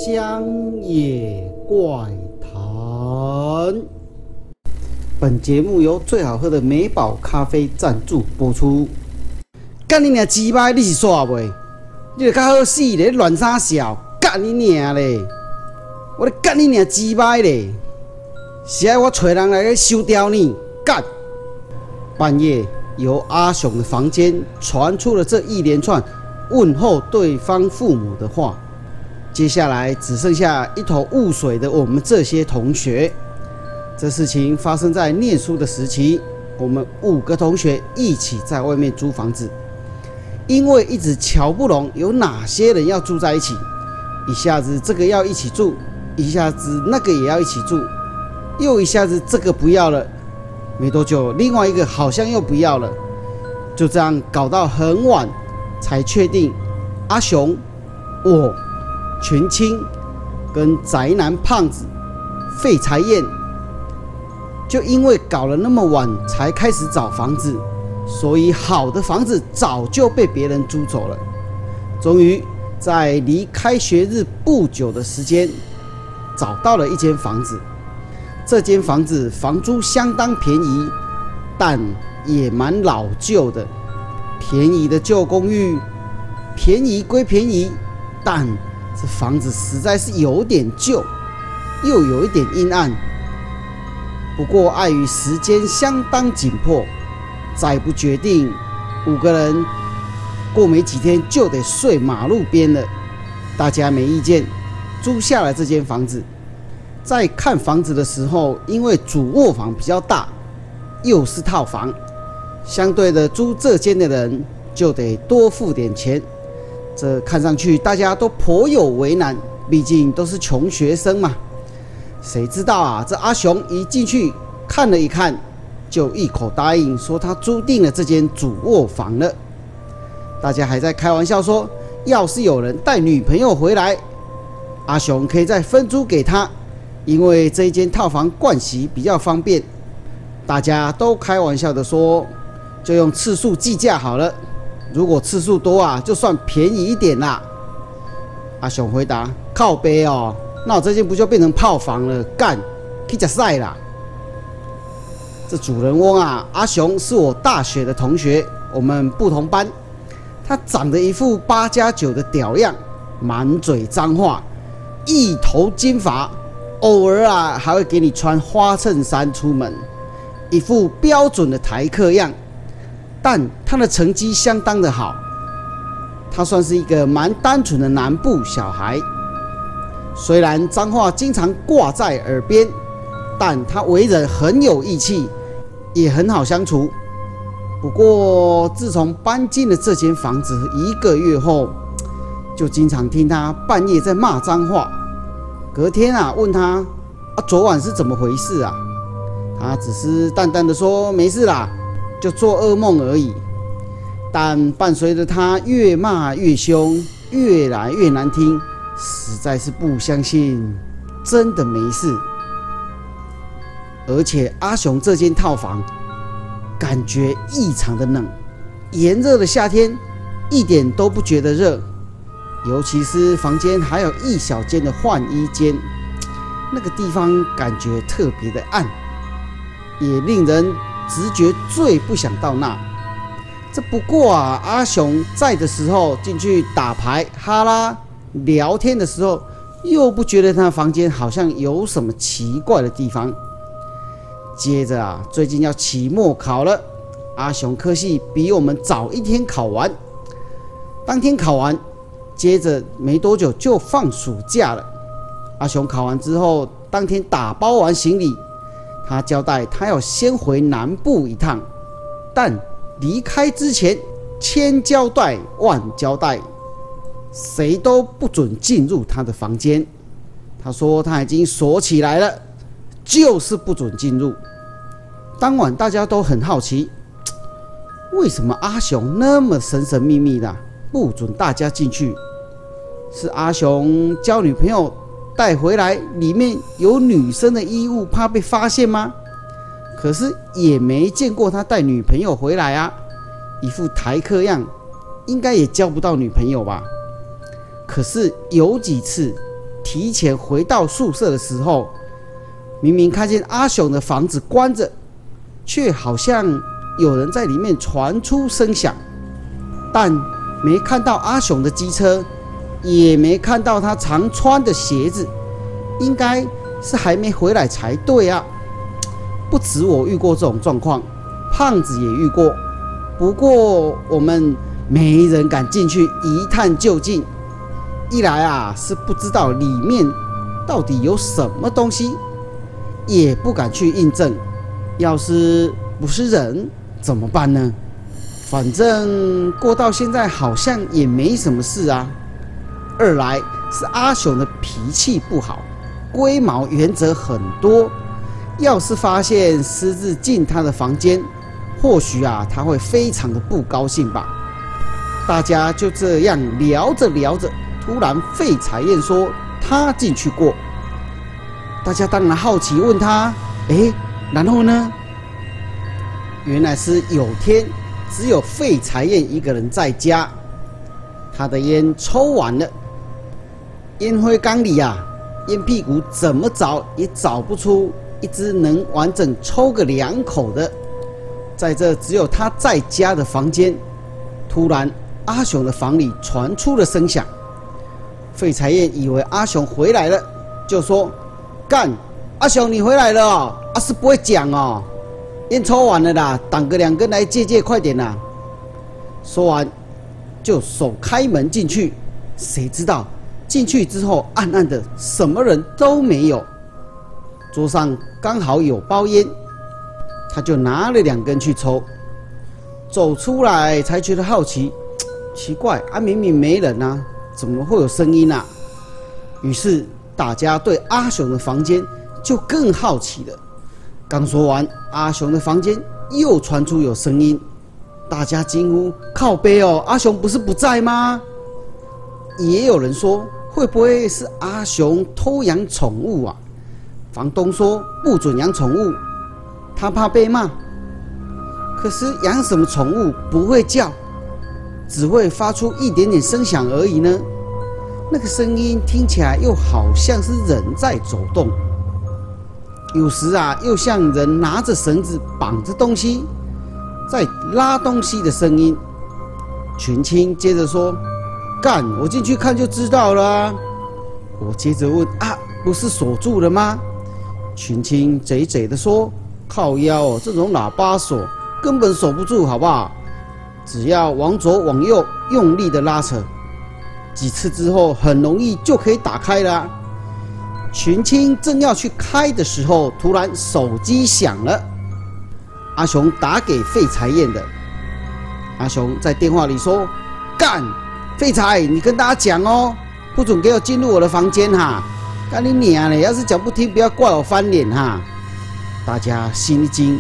乡野怪谈。本节目由最好喝的美宝咖啡赞助播出。干你娘鸡巴，你是煞袂？你就较好死咧，乱啥笑？干你娘咧！我咧干你娘鸡巴咧！是爱我找人来收掉你？干！半夜由阿雄的房间传出了这一连串问候对方父母的话。接下来只剩下一头雾水的我们这些同学。这事情发生在念书的时期，我们5个同学一起在外面租房子，因为一直瞧不拢有哪些人要住在一起，一下子这个要一起住，一下子那个也要一起住，又一下子这个不要了，没多久另外一个好像又不要了，就这样搞到很晚才确定阿雄、我、群青跟宅男胖子、废柴燕就因为搞了那么晚才开始找房子，所以好的房子早就被别人租走了。终于在离开学日不久的时间找到了一间房子。这间房子房租相当便宜，但也蛮老旧的。便宜的旧公寓，便宜归便宜，但这房子实在是有点旧，又有一点阴暗。不过碍于时间相当紧迫，再不决定5个人过没几天就得睡马路边了。大家没意见，租下了这间房子。在看房子的时候，因为主卧房比较大，又是套房，相对的租这间的人就得多付点钱。这看上去大家都颇有为难，毕竟都是穷学生嘛。谁知道啊，这阿雄一进去看了一看，就一口答应说他租定了这间主卧房了。大家还在开玩笑说，要是有人带女朋友回来，阿雄可以再分租给他，因为这一间套房盥洗比较方便。大家都开玩笑的说，就用次数计价好了，如果次数多啊，就算便宜一点啦。阿雄回答：靠北哦，那我这间不就变成炮房了？干，去吃屎啦！这主人翁啊，阿雄是我大学的同学，我们不同班。他长得一副8+9的屌样，满嘴脏话，一头金发，偶尔啊还会给你穿花衬衫出门，一副标准的台客样。但他的成绩相当的好，他算是一个蛮单纯的南部小孩。虽然脏话经常挂在耳边，但他为人很有义气，也很好相处。不过自从搬进了这间房子1个月后，就经常听他半夜在骂脏话。隔天啊，问他昨晚是怎么回事啊？他只是淡淡的说没事啦，就做噩梦而已。但伴随着他越骂越凶，越来越难听，实在是不相信真的没事。而且阿雄这间套房感觉异常的冷，炎热的夏天一点都不觉得热，尤其是房间还有一小间的换衣间，那个地方感觉特别的暗，也令人直觉最不想到那。这不过啊，阿雄在的时候进去打牌哈拉聊天的时候，又不觉得他的房间好像有什么奇怪的地方。接着啊，最近要期末考了，阿雄科系比我们早1天考完。当天考完，接着没多久就放暑假了。阿雄考完之后，当天打包完行李，他交代他要先回南部一趟，但离开之前千交代万交代，谁都不准进入他的房间。他说他已经锁起来了，就是不准进入。当晚大家都很好奇，为什么阿雄那么神神秘秘的不准大家进去？是阿雄交女朋友带回来，里面有女生的衣物，怕被发现吗？可是也没见过他带女朋友回来啊，一副台客样，应该也交不到女朋友吧。可是有几次提前回到宿舍的时候，明明看见阿雄的房子关着，却好像有人在里面传出声响，但没看到阿雄的机车，也没看到他常穿的鞋子，应该是还没回来才对啊。不止我遇过这种状况，胖子也遇过，不过我们没人敢进去一探究竟。一来啊是不知道里面到底有什么东西，也不敢去印证，要是不是人怎么办呢？反正过到现在好像也没什么事啊。二来是阿雄的脾气不好，龟毛原则很多，要是发现私自进他的房间，或许啊他会非常的不高兴吧。大家就这样聊着聊着，突然废柴燕说他进去过。大家当然好奇问他，然后呢？原来是有天只有废柴燕一个人在家，他的烟抽完了，烟灰缸里啊，烟屁股怎么找也找不出一支能完整抽个2口的。在这只有他在家的房间，突然阿雄的房里传出了声响。废柴燕以为阿雄回来了，就说：“干，阿雄你回来了哦，阿是不会讲哦。烟抽完了啦，挡个2根来借，快点啦！”说完，就手开门进去。谁知道进去之后，暗暗的，什么人都没有。桌上刚好有包烟，他就拿了2根去抽。走出来才觉得好奇，奇怪啊，明明没人啊，怎么会有声音啊？于是大家对阿雄的房间就更好奇了。刚说完，阿雄的房间又传出有声音，大家惊呼：“靠北哦，阿雄不是不在吗？”也有人说，会不会是阿雄偷养宠物啊？房东说不准养宠物，他怕被骂。可是养什么宠物不会叫，只会发出一点点声响而已呢？那个声音听起来又好像是人在走动，有时啊又像人拿着绳子绑着东西在拉东西的声音。群青接着说：“干，我进去看就知道了啊。”我接着问：“啊，不是锁住了吗？”群青贼贼的说：“靠腰哦，这种喇叭锁根本锁不住，好不好？只要往左往右用力的拉扯，几次之后很容易就可以打开了。”群青正要去开的时候，突然手机响了。阿雄打给废柴燕的。阿雄在电话里说：“干，废柴，你跟大家讲哦，不准给我进入我的房间哈！干你娘嘞！要是讲不听，不要怪我翻脸哈！”大家心一惊。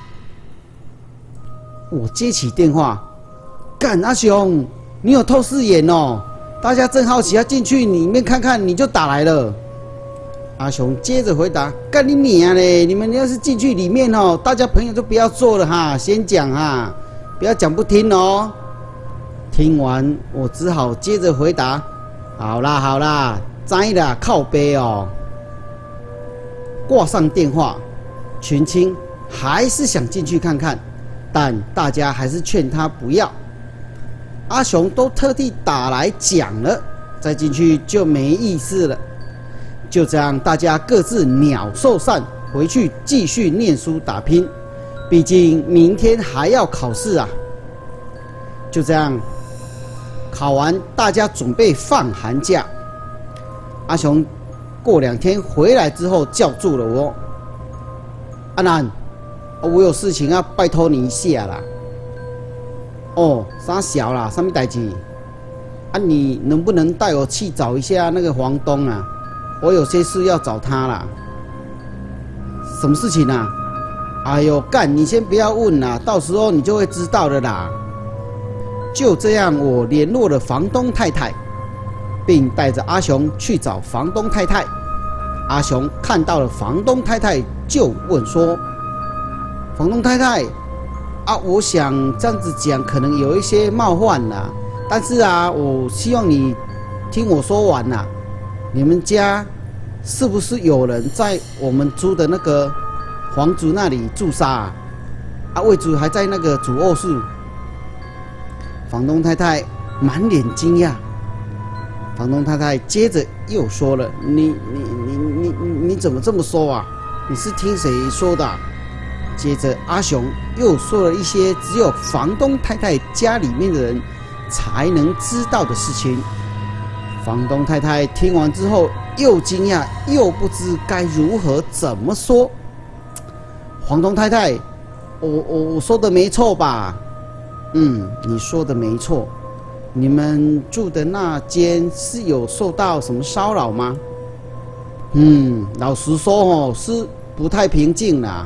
我接起电话：“干，阿雄，你有透视眼哦！大家正好奇要进去里面看看，你就打来了。”阿雄接着回答：“干你娘嘞！你们要是进去里面哦，大家朋友就不要做了哈，先讲哈，不要讲不听哦。”听完，我只好接着回答：“好啦好啦，知啦，靠北哦。”挂上电话，群青还是想进去看看，但大家还是劝他不要。阿雄都特地打来讲了，再进去就没意思了。就这样，大家各自鸟兽散，回去继续念书打拼。毕竟明天还要考试啊。就这样，考完，大家准备放寒假。阿雄过2天回来之后，叫住了我：“阿南，我有事情要拜托你一下啦。”“哦，啥小啦？什么代志？啊，你能不能带我去找一下那个房东啊？我有些事要找他啦。”“什么事情啊？”“哎呦，干！你先不要问啦，到时候你就会知道的啦。”就这样，我联络了房东太太，并带着阿雄去找房东太太。阿雄看到了房东太太，就问说：“房东太太，啊，我想这样子讲可能有一些冒犯啦，但是啊，我希望你听我说完啦。 你们家是不是有人在我们租的那个房主那里自杀啊？位主还在那个主卧室。房东太太满脸惊讶。房东太太接着又说了：“你怎么这么说啊？你是听谁说的啊？”接着阿雄又说了一些只有房东太太家里面的人才能知道的事情。房东太太听完之后又惊讶又不知该如何怎么说。房东太太，我说的没错吧？你说的没错。你们住的那间是有受到什么骚扰吗？老实说是不太平静啦。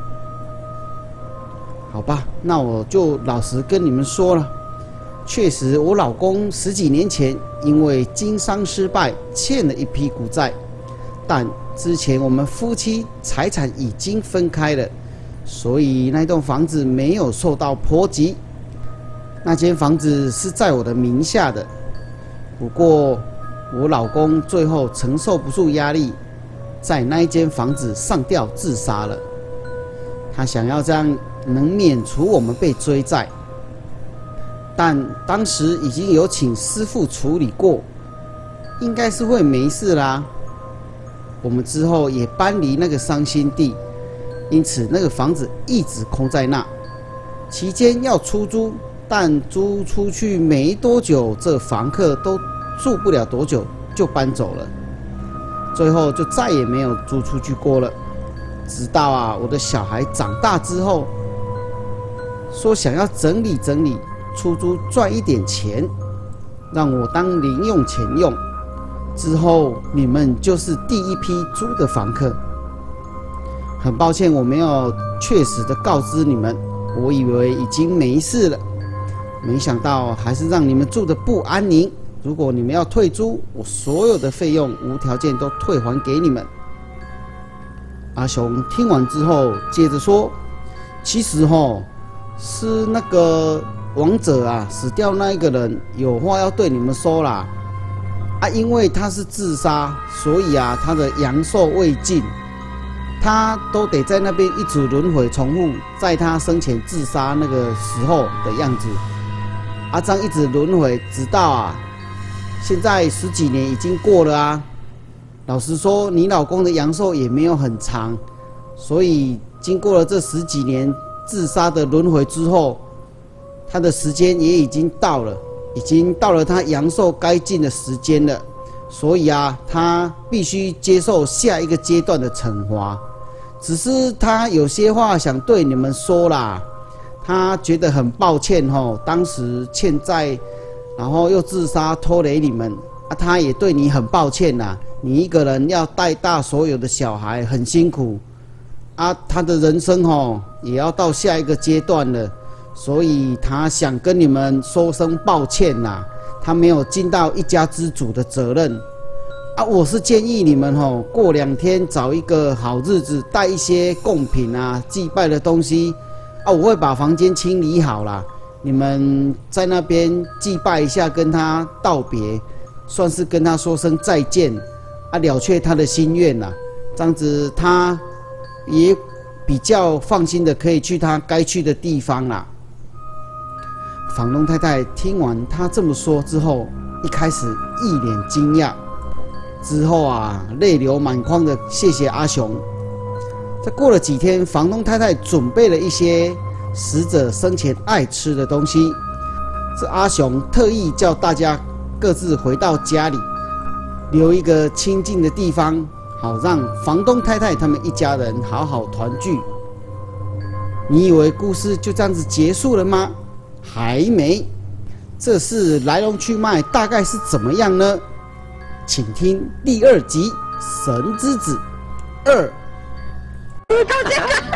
好吧，那我就老实跟你们说了。确实，我老公10几年前因为经商失败，欠了一批股债，但之前我们夫妻财产已经分开了，所以那栋房子没有受到波及。那间房子是在我的名下的，不过我老公最后承受不住压力，在那一间房子上吊自杀了。他想要这样能免除我们被追债，但当时已经有请师傅处理过，应该是会没事啦。我们之后也搬离那个伤心地，因此那个房子一直空在那。期间要出租，但租出去没多久，这房客都住不了多久就搬走了，最后就再也没有租出去过了。直到我的小孩长大之后，说想要整理整理，出租赚一点钱，让我当零用钱用。之后你们就是第一批租的房客。很抱歉我没有确实的告知你们，我以为已经没事了，没想到还是让你们住得不安宁。如果你们要退租，我所有的费用无条件都退还给你们。阿雄听完之后接着说，其实是那个亡者死掉那一个人有话要对你们说啦。因为他是自杀，所以他的阳寿未尽，他都得在那边一直轮回重复在他生前自杀那个时候的样子。这样一直轮回，直到现在10几年已经过了老实说，你老公的阳寿也没有很长，所以经过了这10几年自杀的轮回之后，他的时间也已经到了他阳寿该尽的时间了，所以他必须接受下一个阶段的惩罚。只是他有些话想对你们说啦，他觉得很抱歉当时欠债，然后又自杀拖累你们他也对你很抱歉啦。你一个人要带大所有的小孩，很辛苦他的人生也要到下一个阶段了，所以他想跟你们说声抱歉啦，他没有尽到一家之主的责任我是建议你们过2天找一个好日子，带一些贡品祭拜的东西我会把房间清理好啦，你们在那边祭拜一下，跟他道别，算是跟他说声再见了却他的心愿啦。这样子他也比较放心的可以去他该去的地方啦。房东太太听完他这么说之后，一开始一脸惊讶，之后泪流满眶的谢谢阿雄。再过了几天，房东太太准备了一些死者生前爱吃的东西，这阿雄特意叫大家各自回到家里，留一个清静的地方，好让房东太太他们一家人好好团聚。你以为故事就这样子结束了吗？还没，这事来龙去脉大概是怎么样呢？请听第2集《神之子2》。